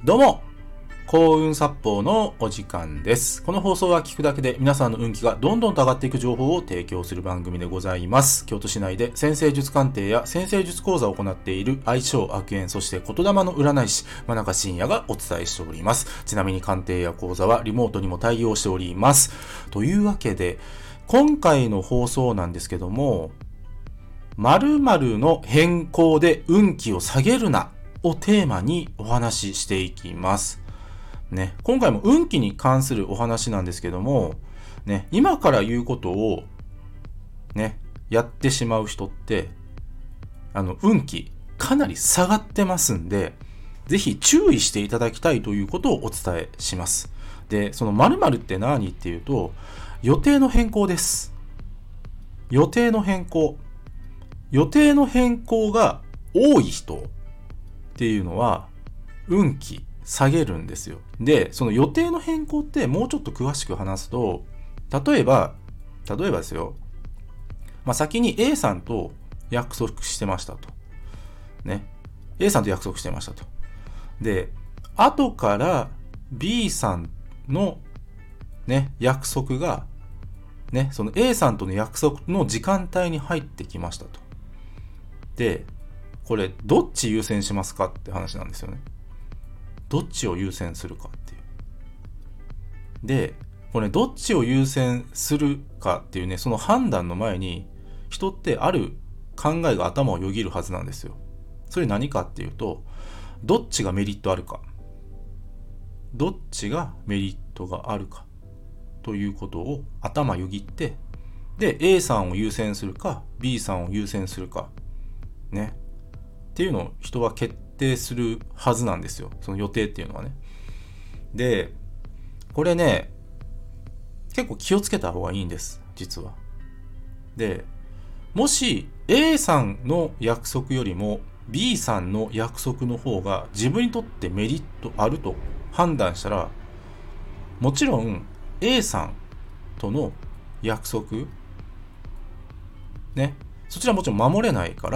どうも、幸運殺法のお時間です。この放送は聞くだけで皆さんの運気がどんどんと上がっていく情報を提供する番組でございます。京都市内で占星術鑑定や占星術講座を行っている相性悪縁、そして言霊の占い師、真中信也がお伝えしております。ちなみに鑑定や講座はリモートにも対応しております。というわけで、今回の放送なんですけども、〇〇の変更で運気を下げるなをテーマにお話ししていきます。ね、今回も運気に関するお話なんですけども、ね、今から言うことをね、やってしまう人って、運気かなり下がってますんで、ぜひ注意していただきたいということをお伝えします。で、その〇〇って何っていうと、予定の変更です。予定の変更。予定の変更が多い人っていうのは運気下げるんですよ。で、その予定の変更ってもうちょっと詳しく話すと、例えばですよ、先に A さんと約束してましたと。ね。A さんと約束してましたと。で、後から B さんのね、約束がね、その A さんとの約束の時間帯に入ってきましたと。で、これどっち優先しますかって話なんですよね。どっちを優先するかっていう。で、これどっちを優先するかっていうね、その判断の前に人ってある考えが頭をよぎるはずなんですよ。それ何かっていうと、どっちがメリットあるか、どっちがメリットがあるかということを頭よぎって、で A さんを優先するか B さんを優先するかねっていうのを人は決定するはずなんですよ。その予定っていうのはね。で、これね、結構気をつけた方がいいんです、実は。で、もし A さんの約束よりも B さんの約束の方が自分にとってメリットあると判断したら、もちろん A さんとの約束ね、そちらもちろん守れないから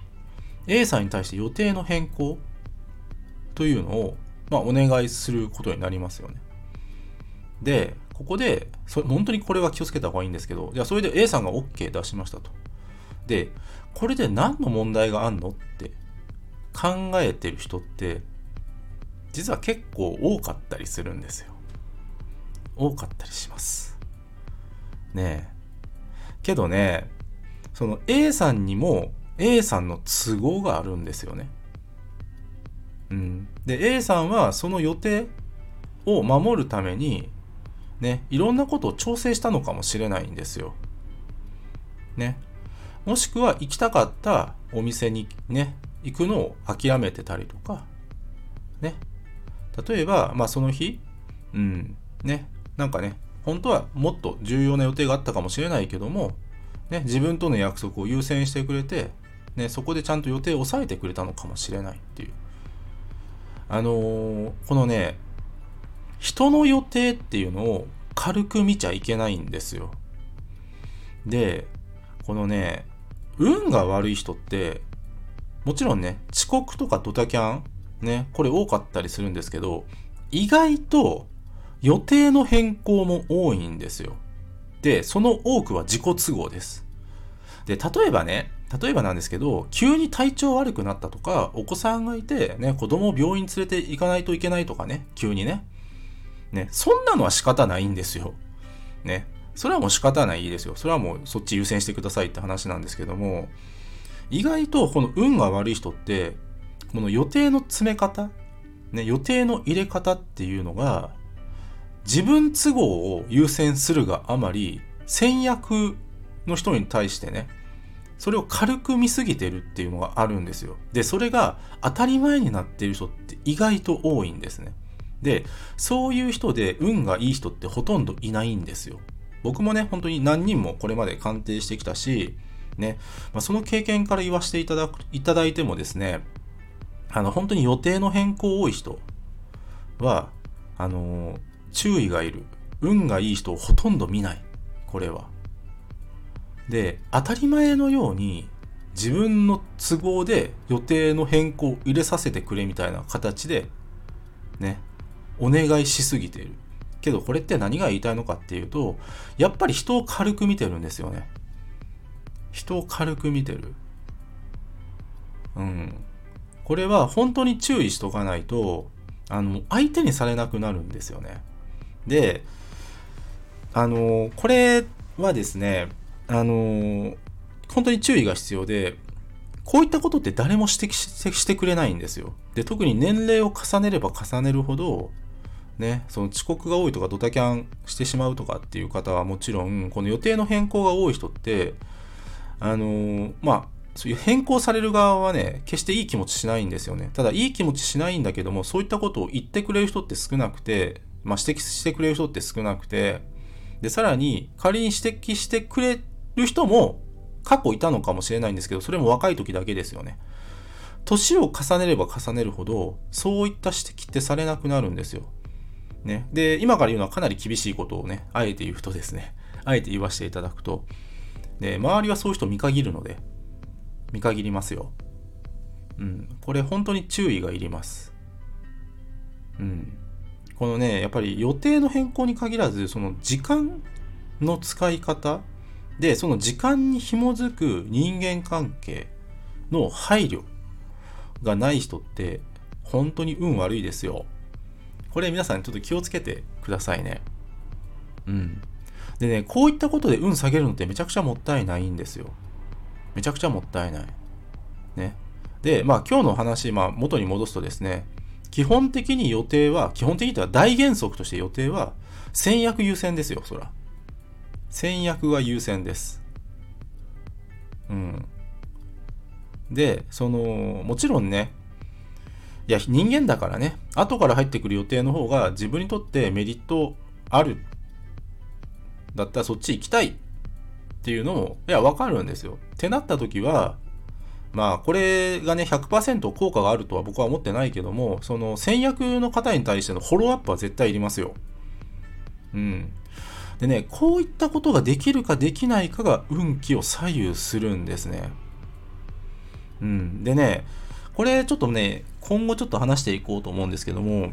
、A さんに対して予定の変更というのを、お願いすることになりますよね。で、ここで本当にこれは気をつけた方がいいんですけど、じゃあそれで A さんが OK 出しましたと。で、これで何の問題があんのって考えてる人って実は結構多かったりするんですよ。多かったりしますね。けどね、その A さんにもA さんの都合があるんですよね。で A さんはその予定を守るためにね、いろんなことを調整したのかもしれないんですよ。ね。もしくは行きたかったお店にね、行くのを諦めてたりとか、ね。例えば、その日、ね、なんかね、本当はもっと重要な予定があったかもしれないけども、ね、自分との約束を優先してくれて、ね、そこでちゃんと予定を抑えてくれたのかもしれないっていう。このね、人の予定っていうのを軽く見ちゃいけないんですよ。で、このね、運が悪い人って、もちろんね、遅刻とかドタキャン、ね、これ多かったりするんですけど、意外と予定の変更も多いんですよ。で、その多くは自己都合です。で、例えばなんですけど、急に体調悪くなったとか、お子さんがいて、ね、子供を病院に連れて行かないといけないとかね、急にね。ね、そんなのは仕方ないんですよ。ね。それはもう仕方ないですよ。それはもうそっち優先してくださいって話なんですけども、意外とこの運が悪い人って、この予定の詰め方、ね、予定の入れ方っていうのが、自分都合を優先するがあまり、先約の人に対してね、それを軽く見すぎてるっていうのがあるんですよ。で、それが当たり前になっている人って意外と多いんですね。で、そういう人で運がいい人ってほとんどいないんですよ。僕もね、本当に何人もこれまで鑑定してきたし、ね、その経験から言わせていただいてもですね、本当に予定の変更多い人は、注意がいる。運がいい人をほとんど見ない。これは。で、当たり前のように自分の都合で予定の変更を入れさせてくれみたいな形でね、お願いしすぎている。けどこれって何が言いたいのかっていうと、やっぱり人を軽く見てるんですよね。人を軽く見てる。これは本当に注意しとかないと、相手にされなくなるんですよね。で、これはですね、本当に注意が必要で、こういったことって誰も指摘してくれないんですよ。で、特に年齢を重ねれば重ねるほど、ね、その遅刻が多いとかドタキャンしてしまうとかっていう方はもちろん、この予定の変更が多い人って、そういう変更される側はね、決していい気持ちしないんですよね。ただ、いい気持ちしないんだけども、そういったことを言ってくれる人って少なくて、指摘してくれる人って少なくて、で、さらに、仮に指摘してくれる人も過去いたのかもしれないんですけど、それも若い時だけですよね。年を重ねれば重ねるほど、そういった指摘ってされなくなるんですよ。ね。で、今から言うのはかなり厳しいことをね、あえて言うとですね、あえて言わせていただくと、で、周りはそういう人見限るので、見限りますよ。これ本当に注意がいります。このね、やっぱり予定の変更に限らず、その時間の使い方で、その時間に紐づく人間関係の配慮がない人って本当に運悪いですよ。これ皆さんちょっと気をつけてくださいね。でね、こういったことで運下げるのってめちゃくちゃもったいないんですよ。めちゃくちゃもったいない。ね。で、今日の話、元に戻すとですね、基本的にというのは大原則として予定は先約優先ですよ、そら。先約が優先です。で、もちろんね、いや、人間だからね、後から入ってくる予定の方が自分にとってメリットある。だったらそっち行きたいっていうのも、わかるんですよ。ってなった時は、これがね、100% 効果があるとは僕は思ってないけども、その先約の方に対してのフォローアップは絶対いりますよ。でね、こういったことができるかできないかが運気を左右するんですね。でね、これちょっとね、今後ちょっと話していこうと思うんですけども、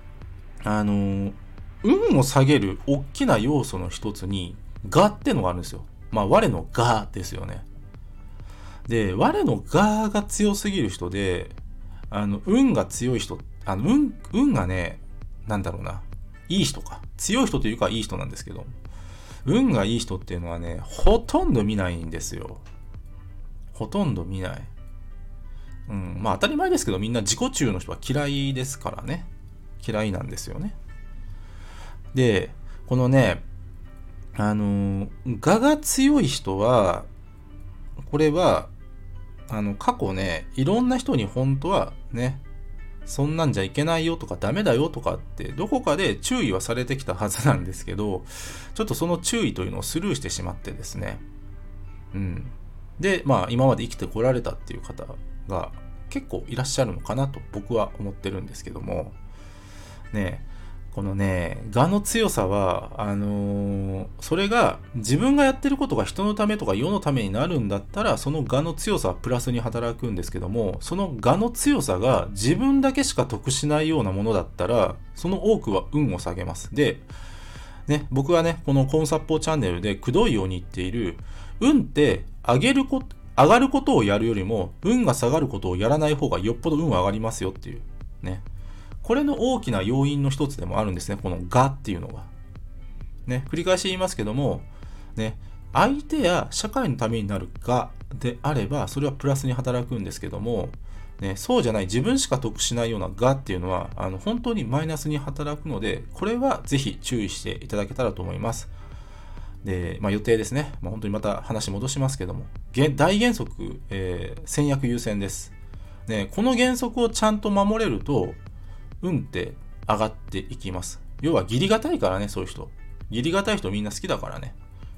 運を下げる大きな要素の一つに、我ってのがあるんですよ。我の我ですよね。で、我の我が強すぎる人で、運が強い人、運がね、いい人か。強い人というかいい人なんですけど、運がいい人っていうのはね、ほとんど見ないんですよ。ほとんど見ない。当たり前ですけど、みんな自己中の人は嫌いですからね。嫌いなんですよね。で、このね、我が強い人は、これは、過去ね、いろんな人に本当はね、そんなんじゃいけないよとかダメだよとかってどこかで注意はされてきたはずなんですけど、ちょっとその注意というのをスルーしてしまってですね。で、今まで生きてこられたっていう方が結構いらっしゃるのかなと僕は思ってるんですけども、ね、このね、我の強さは、それが自分がやってることが人のためとか世のためになるんだったら、その我の強さはプラスに働くんですけども、その我の強さが自分だけしか得しないようなものだったら、その多くは運を下げます。で、ね、僕はね、このコンサッポーチャンネルでくどいように言っている、運って上がることをやるよりも、運が下がることをやらない方がよっぽど運は上がりますよっていう、ね。これの大きな要因の一つでもあるんですね。この我っていうのが。ね、繰り返し言いますけども、ね、相手や社会のためになる我であれば、それはプラスに働くんですけども、ね、そうじゃない自分しか得しないような我っていうのは、本当にマイナスに働くので、これはぜひ注意していただけたらと思います。で、予定ですね。本当にまた話戻しますけども、大原則、先約優先です。ね、この原則をちゃんと守れると、運って上がっていきます。要は義理がたいからね、そういう人。義理がたい人みんな好きだからね。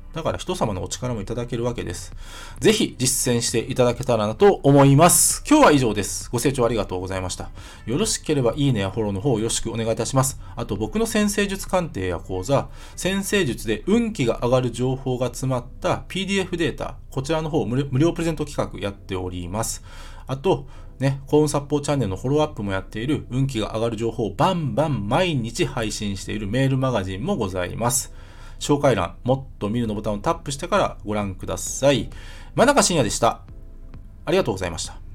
だから人様のお力もいただけるわけです。ぜひ実践していただけたらなと思います。今日は以上です。ご清聴ありがとうございました。よろしければいいねやフォローの方よろしくお願いいたします。あと僕の占星術鑑定や講座、占星術で運気が上がる情報が詰まった PDF データ、こちらの方無料プレゼント企画やっております。あと、幸運殺法チャンネルのフォローアップもやっている運気が上がる情報をバンバン毎日配信しているメールマガジンもございます。紹介欄、もっと見るのボタンをタップしてからご覧ください。真中信也でした。ありがとうございました。